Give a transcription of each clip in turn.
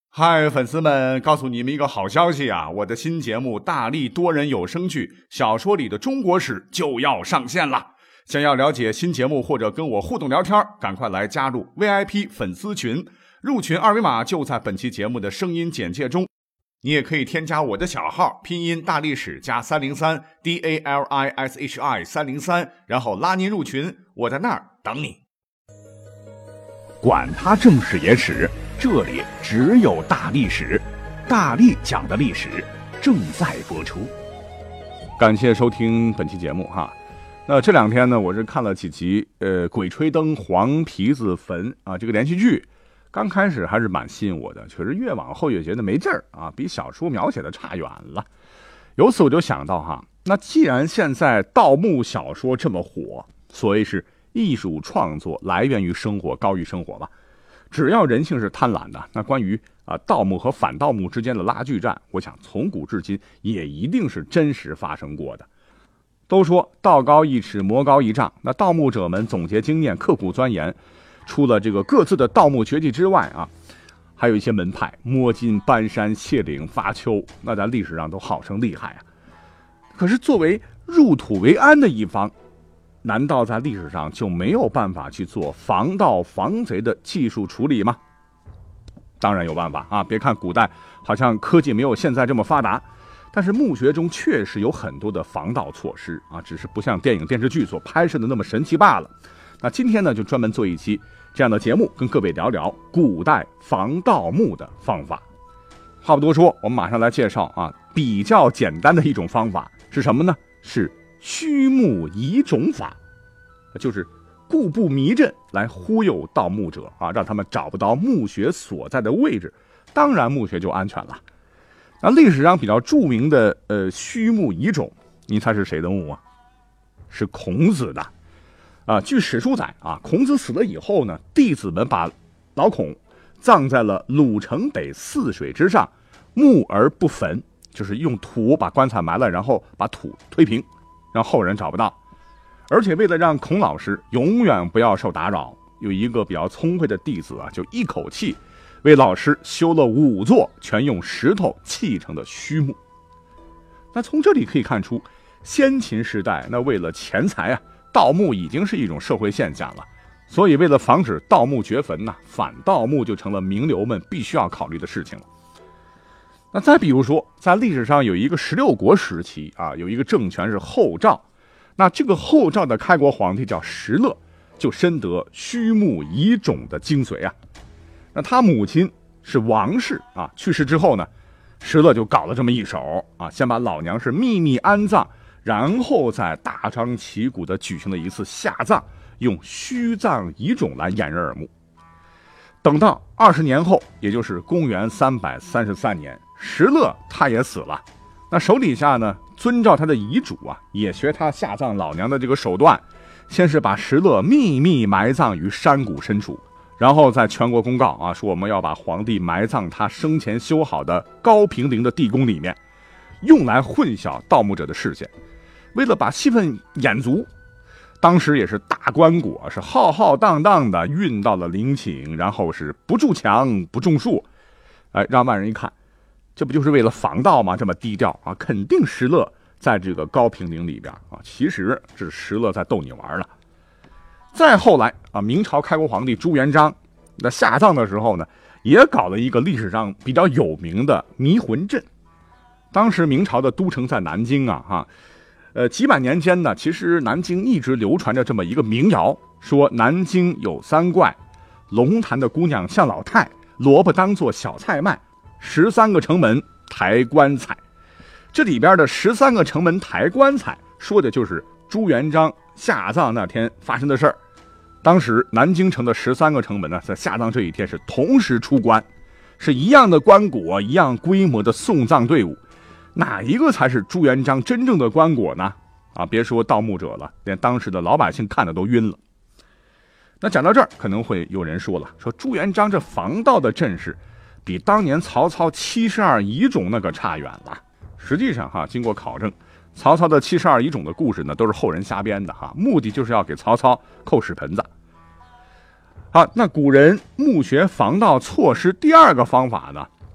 嗨，粉丝们，告诉你们一个好消息啊！我的新节目《大力多人有声剧小说里的中国史》就要上线了。想要了解新节目或者跟我互动聊天，赶快来加入 VIP 粉丝群，入群二维码就在本期节目的声音简介中。你也可以添加我的小号，拼音大历史加303 DALISHI 303，然后拉您入群，我在那儿等你。 管他正史野史，这里只有大历史，大力讲的历史正在播出。 感谢收听本期节目哈。那这两天呢，我是看了几集鬼吹灯黄皮子坟啊这个连续剧，刚开始还是蛮吸引我的，可是越往后越觉得没劲儿啊，比小说描写的差远了。由此我就想到哈，那既然现在盗墓小说这么火，所谓是艺术创作来源于生活，高于生活吧。只要人性是贪婪的，那关于盗墓和反盗墓之间的拉锯战，我想从古至今也一定是真实发生过的。都说道高一尺，魔高一丈，那盗墓者们总结经验，刻苦钻研，除了这个各自的盗墓绝技之外啊，还有一些门派摸金搬山卸岭伐丘，那在历史上都号称厉害啊。可是作为入土为安的一方，难道在历史上就没有办法去做防盗防贼的技术处理吗？当然有办法啊！别看古代好像科技没有现在这么发达，但是墓穴中确实有很多的防盗措施啊，只是不像电影电视剧所拍摄的那么神奇罢了。那今天呢，就专门做一期这样的节目，跟各位聊聊古代防盗墓的方法。话不多说，我们马上来介绍啊，比较简单的一种方法是什么呢？是虚墓移种法，就是故布迷阵来忽悠盗墓者啊，让他们找不到墓穴所在的位置，当然墓穴就安全了。那历史上比较著名的虚墓移种，你猜是谁的墓啊？是孔子的啊。据史书载啊，孔子死了以后呢，弟子们把老孔葬在了鲁城北泗水之上，墓而不坟，就是用土把棺材埋了，然后把土推平，让后人找不到。而且为了让孔老师永远不要受打扰，有一个比较聪慧的弟子啊，就一口气为老师修了5座全用石头砌成的虚墓。那从这里可以看出，先秦时代那为了钱财啊，盗墓已经是一种社会现象了。所以为了防止盗墓掘坟呢，反盗墓就成了名流们必须要考虑的事情了。那再比如说，在历史上有一个16国时期啊，有一个政权是后赵，那这个后赵的开国皇帝叫石勒，就深得虚墓移种的精髓啊。那他母亲是王氏啊，去世之后呢，石勒就搞了这么一手啊，先把老娘是秘密安葬，然后再大张旗鼓的举行了一次下葬，用虚葬移种来掩人耳目。等到20年后，也就是公元333年，石勒他也死了，那手底下呢，遵照他的遗嘱啊，也学他下葬老娘的这个手段，先是把石勒秘密埋葬于山谷深处，然后在全国公告啊，说我们要把皇帝埋葬他生前修好的高平陵的地宫里面，用来混淆盗墓者的视线。为了把戏份演足，当时也是大棺椁是浩浩荡荡的运到了陵寝，然后是不筑墙不种树，让外人一看，这不就是为了防盗吗？这么低调啊，肯定石勒在这个高平陵里边啊，其实这是石勒在逗你玩了。再后来啊，明朝开国皇帝朱元璋那下葬的时候呢，也搞了一个历史上比较有名的迷魂阵。当时明朝的都城在南京啊，几百年间呢，其实南京一直流传着这么一个民谣，说南京有3怪，龙潭的姑娘像老太，萝卜当作小菜卖，13个城门抬棺材。这里边的13个城门抬棺材，说的就是朱元璋下葬那天发生的事儿。当时南京城的13个城门呢，在下葬这一天是同时出关，是一样的棺椁，一样规模的送葬队伍。哪一个才是朱元璋真正的棺椁呢？啊，别说盗墓者了，连当时的老百姓看的都晕了。那讲到这儿，可能会有人说了，说朱元璋这防盗的阵势，比当年曹操72遗种那个差远了。实际上哈，经过考证，曹操的72遗种的故事呢，都是后人瞎编的哈，目的就是要给曹操扣屎盆子。好，那古人墓穴防盗措施第2个方法呢，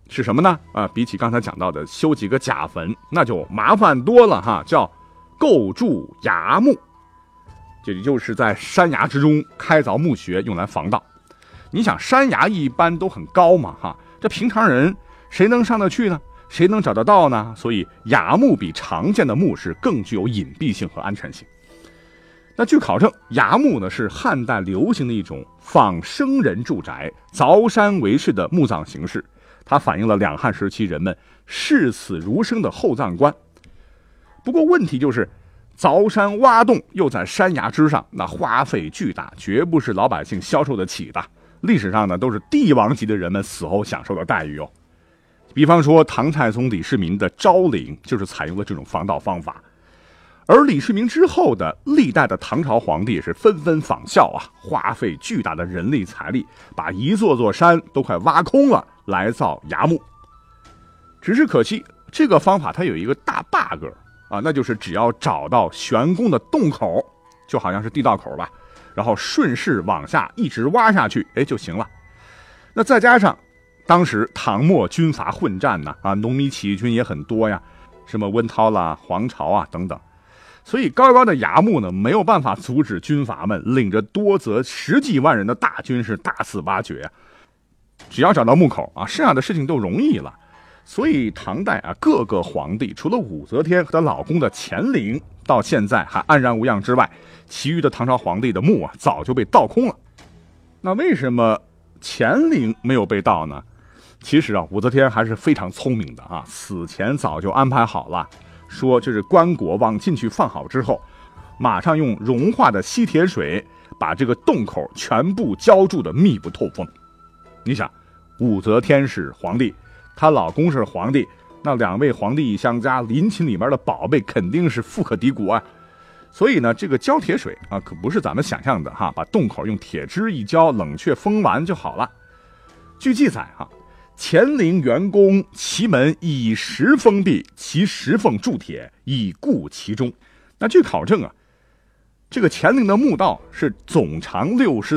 是什么呢？比起刚才讲到的修几个假坟，那就麻烦多了哈，叫构筑崖墓，这就是在山崖之中开凿墓穴，用来防盗。你想山崖一般都很高嘛哈，这平常人谁能上得去呢？谁能找得到呢？所以崖墓比常见的墓室更具有隐蔽性和安全性。那据考证，崖墓呢是汉代流行的一种仿生人住宅、凿山为室的墓葬形式，它反映了两汉时期人们视死如生的厚葬观。不过问题就是凿山挖洞又在山崖之上，那花费巨大，绝不是老百姓消受得起的。历史上呢都是帝王级的人们死后享受的待遇哦。比方说唐太宗李世民的昭陵就是采用了这种防盗方法，而李世民之后的历代的唐朝皇帝是纷纷仿效啊，花费巨大的人力财力，把一座座山都快挖空了来造崖墓。只是可惜这个方法它有一个大 bug 啊，那就是只要找到悬宫的洞口，就好像是地道口吧，然后顺势往下一直挖下去就行了。那再加上当时唐末军阀混战呢，农民起义军也很多呀，什么温韬啦、黄巢啊等等，所以高高的崖墓呢没有办法阻止军阀们领着多则10几万人的大军是大肆挖掘啊。只要找到墓口啊，剩下的事情都容易了。所以唐代各个皇帝除了武则天和她老公的乾陵到现在还安然无恙之外，其余的唐朝皇帝的墓早就被盗空了。那为什么乾陵没有被盗呢？其实武则天还是非常聪明的死前早就安排好了，说这是棺椁往进去放好之后，马上用融化的吸铁水把这个洞口全部浇筑的密不透风。你想，武则天是皇帝，她老公是皇帝，那两位皇帝一相加，陵寝里面的宝贝肯定是富可敌国啊。所以呢，这个浇铁水可不是咱们想象的把洞口用铁汁一浇，冷却封完就好了。据记载乾陵圆宫其门以石封闭，其石缝铸铁，以固其中。那据考证这个乾陵的墓道是总长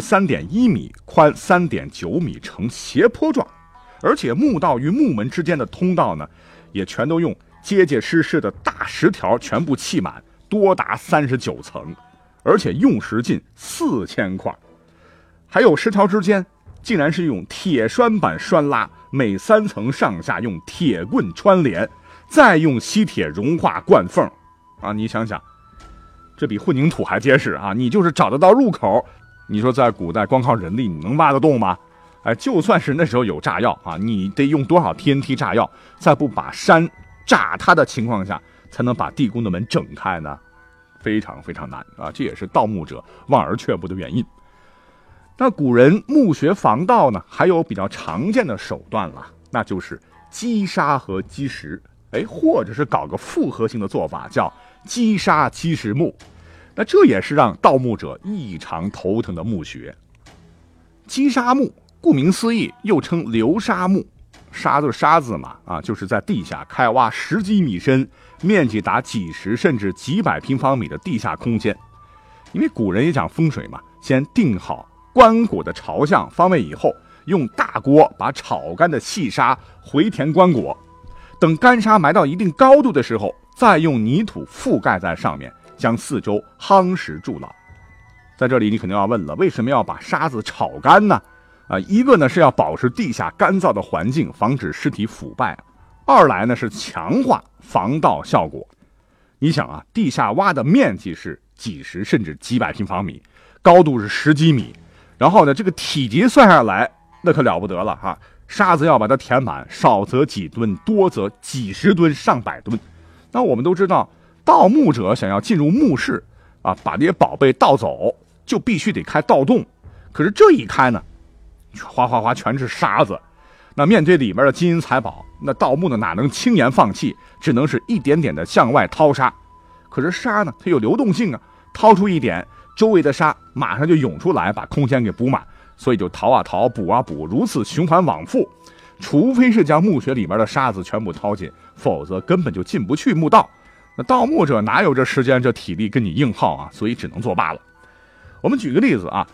63.1米，宽3.9米，呈斜坡状，而且墓道与墓门之间的通道呢，也全都用结结实实的大石条全部砌满，多达39层，而且用石近4000块，还有石条之间竟然是用铁栓板栓拉，每3层上下用铁棍穿连，再用吸铁融化灌缝你想想，这比混凝土还结实你就是找得到入口，你说在古代光靠人力你能挖得动吗？就算是那时候有炸药你得用多少 TNT 炸药，在不把山炸塌的情况下才能把地宫的门整开呢？非常非常难这也是盗墓者望而却步的原因。那古人墓穴防盗呢，还有比较常见的手段了，那就是击沙和击石，或者是搞个复合性的做法，叫击沙击石墓。那这也是让盗墓者异常头疼的墓穴。击沙墓顾名思义，又称流沙墓，沙就是沙子嘛就是在地下开挖10几米深，面积达几十甚至几百平方米的地下空间。因为古人也讲风水嘛，先定好棺椁的朝向方位以后，用大锅把炒干的细沙回填棺椁，等干沙埋到一定高度的时候，再用泥土覆盖在上面，将四周夯实筑牢。在这里你肯定要问了，为什么要把沙子炒干呢？一个呢是要保持地下干燥的环境，防止尸体腐败；二来呢是强化防盗效果。你想地下挖的面积是几十甚至几百平方米，高度是10几米，然后呢这个体积算下来那可了不得了沙子要把它填满，少则几吨，多则几十吨上百吨。那我们都知道，盗墓者想要进入墓室把这些宝贝盗走，就必须得开盗洞。可是这一开呢，哗哗哗全是沙子，那面对里面的金银财宝，那盗墓呢哪能轻言放弃，只能是一点点的向外掏沙。可是沙呢它有流动性掏出一点，周围的沙马上就涌出来，把空间给补满，所以就淘啊淘，补啊补，如此循环往复。除非是将墓穴里面的沙子全部掏尽，否则根本就进不去墓道。那盗墓者哪有这时间这体力跟你硬耗所以只能作罢了。我们举个例子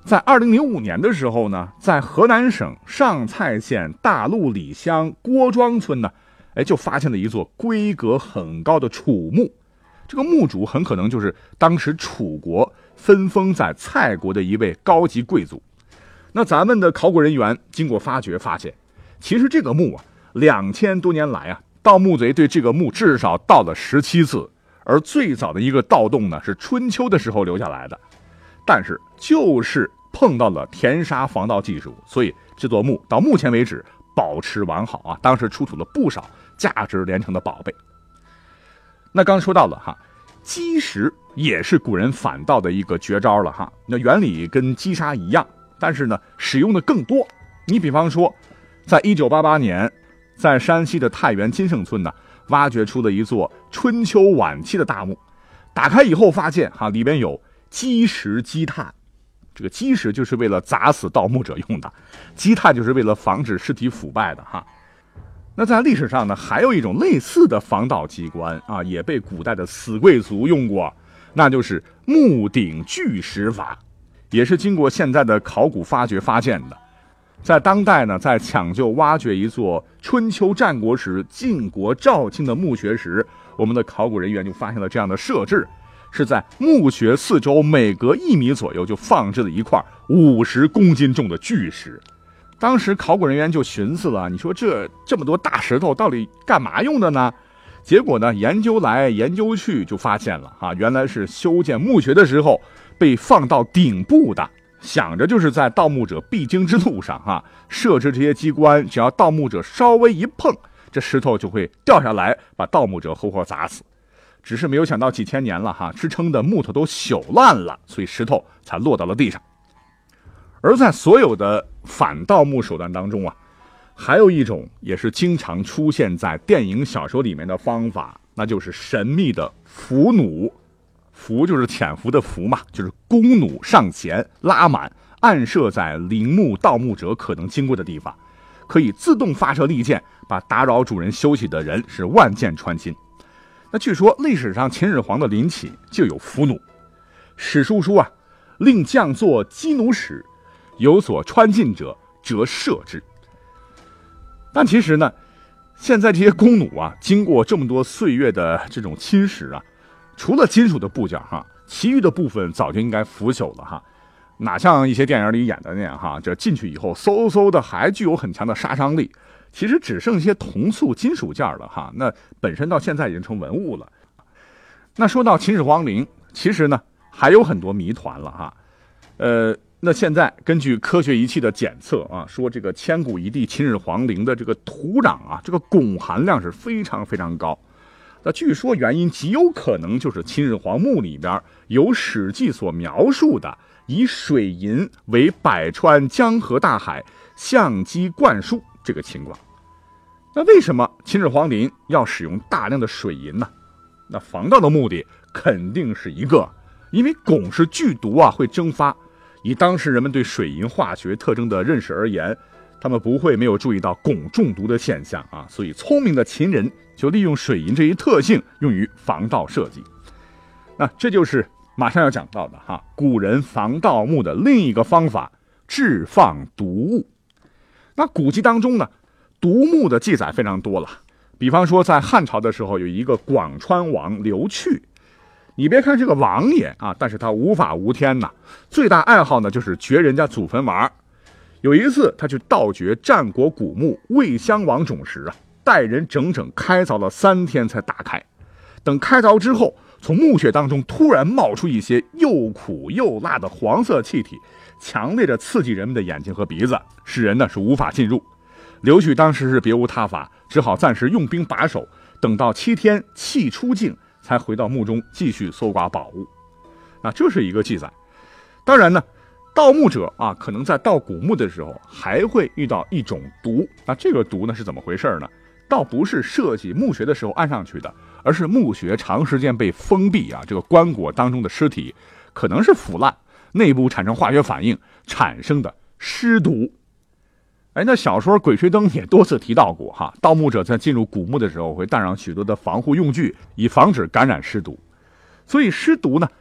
在2005年的时候呢，在河南省上蔡县大路里乡郭庄村呢，就发现了一座规格很高的楚墓。这个墓主很可能就是当时楚国分封在蔡国的一位高级贵族。那咱们的考古人员经过发掘发现，其实这个墓啊，2000多年来啊，盗墓贼对这个墓至少盗了17次，而最早的一个盗洞呢是春秋的时候留下来的，但是就是碰到了填沙防盗技术，所以这座墓到目前为止保持完好啊，当时出土了不少价值连城的宝贝。那刚说到了哈，击石也是古人反盗的一个绝招了哈。那原理跟击杀一样，但是呢使用的更多。你比方说，在1988年，在山西的太原金盛村呢，挖掘出了一座春秋晚期的大墓。打开以后发现哈，里边有击石积碳。这个击石就是为了砸死盗墓者用的，积碳就是为了防止尸体腐败的哈。那在历史上呢，还有一种类似的防盗机关啊，也被古代的死贵族用过，那就是墓顶巨石法，也是经过现在的考古发掘发现的。在当代呢，在抢救挖掘一座春秋战国时晋国赵卿的墓穴时，我们的考古人员就发现了这样的设置，是在墓穴四周每隔1米左右就放置了一块50公斤重的巨石。当时考古人员就寻思了，你说这么多大石头到底干嘛用的呢？结果呢，研究来研究去就发现了啊，原来是修建墓穴的时候被放到顶部的，想着就是在盗墓者必经之路上啊，设置这些机关，只要盗墓者稍微一碰，这石头就会掉下来，把盗墓者活活砸死。只是没有想到几千年了哈，支撑的木头都朽烂了，所以石头才落到了地上。而在所有的反盗墓手段当中啊，还有一种也是经常出现在电影小说里面的方法，那就是神秘的伏弩。伏就是潜伏的伏嘛，就是弓弩上前拉满，暗射在陵墓盗墓者可能经过的地方，可以自动发射利箭，把打扰主人休息的人是万箭穿心。那据说历史上秦始皇的陵寝就有伏弩，史书说啊，令将作击弩使，有所穿进者则射之。但其实呢，现在这些弓弩啊，经过这么多岁月的这种侵蚀啊，除了金属的部件哈，其余的部分早就应该腐朽了哈，哪像一些电影里演的那样哈，这进去以后嗖嗖的还具有很强的杀伤力，其实只剩一些铜塑金属件了哈，那本身到现在已经成文物了。那说到秦始皇陵，其实呢还有很多谜团了哈，那现在根据科学仪器的检测啊，说这个千古一帝秦始皇陵的这个土壤啊，这个汞含量是非常非常高。那据说原因极有可能就是秦始皇墓里边有《史记》所描述的以水银为百川江河大海相机灌输这个情况。那为什么秦始皇陵要使用大量的水银呢？那防盗的目的肯定是一个，因为汞是剧毒啊，会蒸发。以当时人们对水银化学特征的认识而言，他们不会没有注意到汞中毒的现象啊，所以聪明的秦人就利用水银这一特性用于防盗设计。那这就是马上要讲到的哈，古人防盗墓的另一个方法，置放毒物。那古籍当中呢，毒墓的记载非常多了，比方说在汉朝的时候有一个广川王刘去，你别看是个王爷啊，但是他无法无天呐，最大爱好呢就是掘人家祖坟玩。有一次他去盗掘战国古墓魏襄王冢时啊，带人整整开凿了3天才打开。等开凿之后，从墓穴当中突然冒出一些又苦又辣的黄色气体，强烈的刺激人们的眼睛和鼻子，使人呢是无法进入。刘旭当时是别无他法，只好暂时用兵把守，等到7天气出尽，才回到墓中继续搜刮宝物。那这是一个记载。当然呢，盗墓者啊，可能在盗古墓的时候还会遇到一种毒。那这个毒呢是怎么回事呢？倒不是设计墓穴的时候安上去的，而是墓穴长时间被封闭啊，这个棺椁当中的尸体可能是腐烂，内部产生化学反应产生的尸毒。那小说《鬼吹灯》也多次提到过哈，盗墓者在进入古墓的时候会带上许多的防护用具，以防止感染尸毒。所以尸毒呢，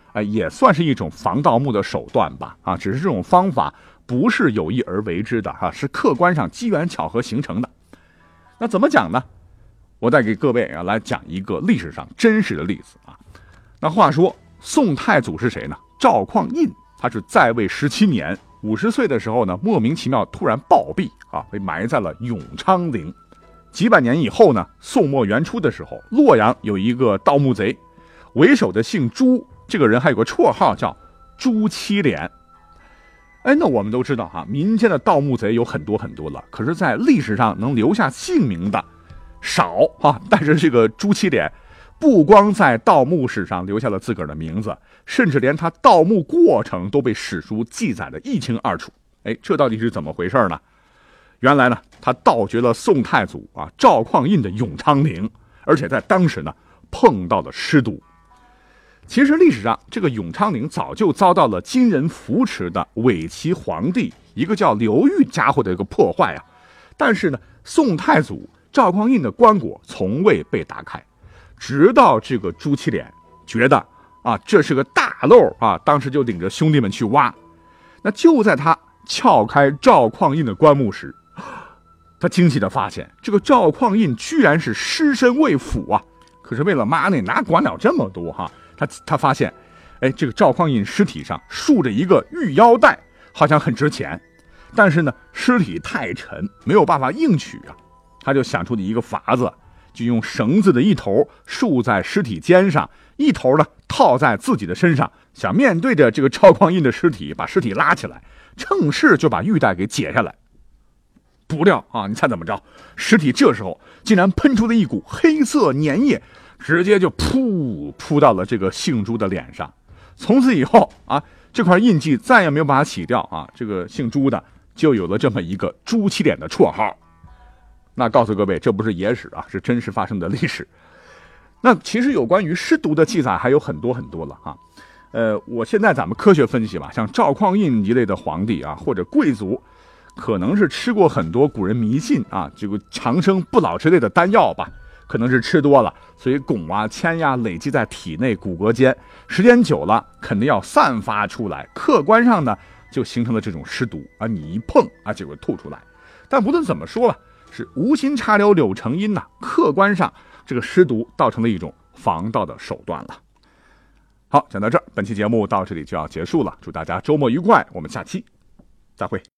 也算是一种防盗墓的手段吧，只是这种方法不是有意而为之的是客观上机缘巧合形成的。那怎么讲呢？我再给各位来讲一个历史上真实的例子那话说宋太祖是谁呢？赵匡胤，他是在位17年，50岁的时候呢，莫名其妙突然暴毙被埋在了永昌陵。几百年以后呢，宋末元初的时候，洛阳有一个盗墓贼，为首的姓朱，这个人还有个绰号叫朱七连。那我们都知道民间的盗墓贼有很多很多了，可是在历史上能留下姓名的少但是这个朱七连不光在盗墓史上留下了自个儿的名字，甚至连他盗墓过程都被史书记载的一清二楚。这到底是怎么回事呢？原来呢，他盗掘了宋太祖赵匡胤的永昌陵，而且在当时呢碰到了尸毒。其实历史上这个永昌陵早就遭到了金人扶持的伪齐皇帝一个叫刘裕家伙的一个破坏但是呢，宋太祖赵匡胤的棺椁从未被打开，直到这个朱七连觉得这是个大漏当时就领着兄弟们去挖。那就在他撬开赵匡胤的棺木时，他惊奇地发现这个赵匡胤居然是尸身未腐可是为了妈那哪管了这么多他发现这个赵匡胤尸体上束着一个玉腰带，好像很值钱，但是呢尸体太沉，没有办法硬取他就想出了一个法子，就用绳子的一头束在尸体肩上，一头呢套在自己的身上，想面对着这个赵匡胤的尸体，把尸体拉起来，趁势就把玉带给解下来。不料你猜怎么着？尸体这时候竟然喷出了一股黑色粘液，直接就扑到了这个姓朱的脸上。从此以后这块印记再也没有把它洗掉这个姓朱的就有了这么一个朱七脸的绰号。那告诉各位，这不是野史是真实发生的历史。那其实有关于尸毒的记载还有很多很多了我现在咱们科学分析吧，像赵匡胤一类的皇帝或者贵族，可能是吃过很多古人迷信这个长生不老之类的丹药吧，可能是吃多了，所以汞铅累积在体内骨骼间，时间久了肯定要散发出来，客观上呢就形成了这种尸毒你一碰结果吐出来。但无论怎么说是无心插柳成荫客观上这个尸毒造成了一种防盗的手段了。好，讲到这儿，本期节目到这里就要结束了，祝大家周末愉快，我们下期再会。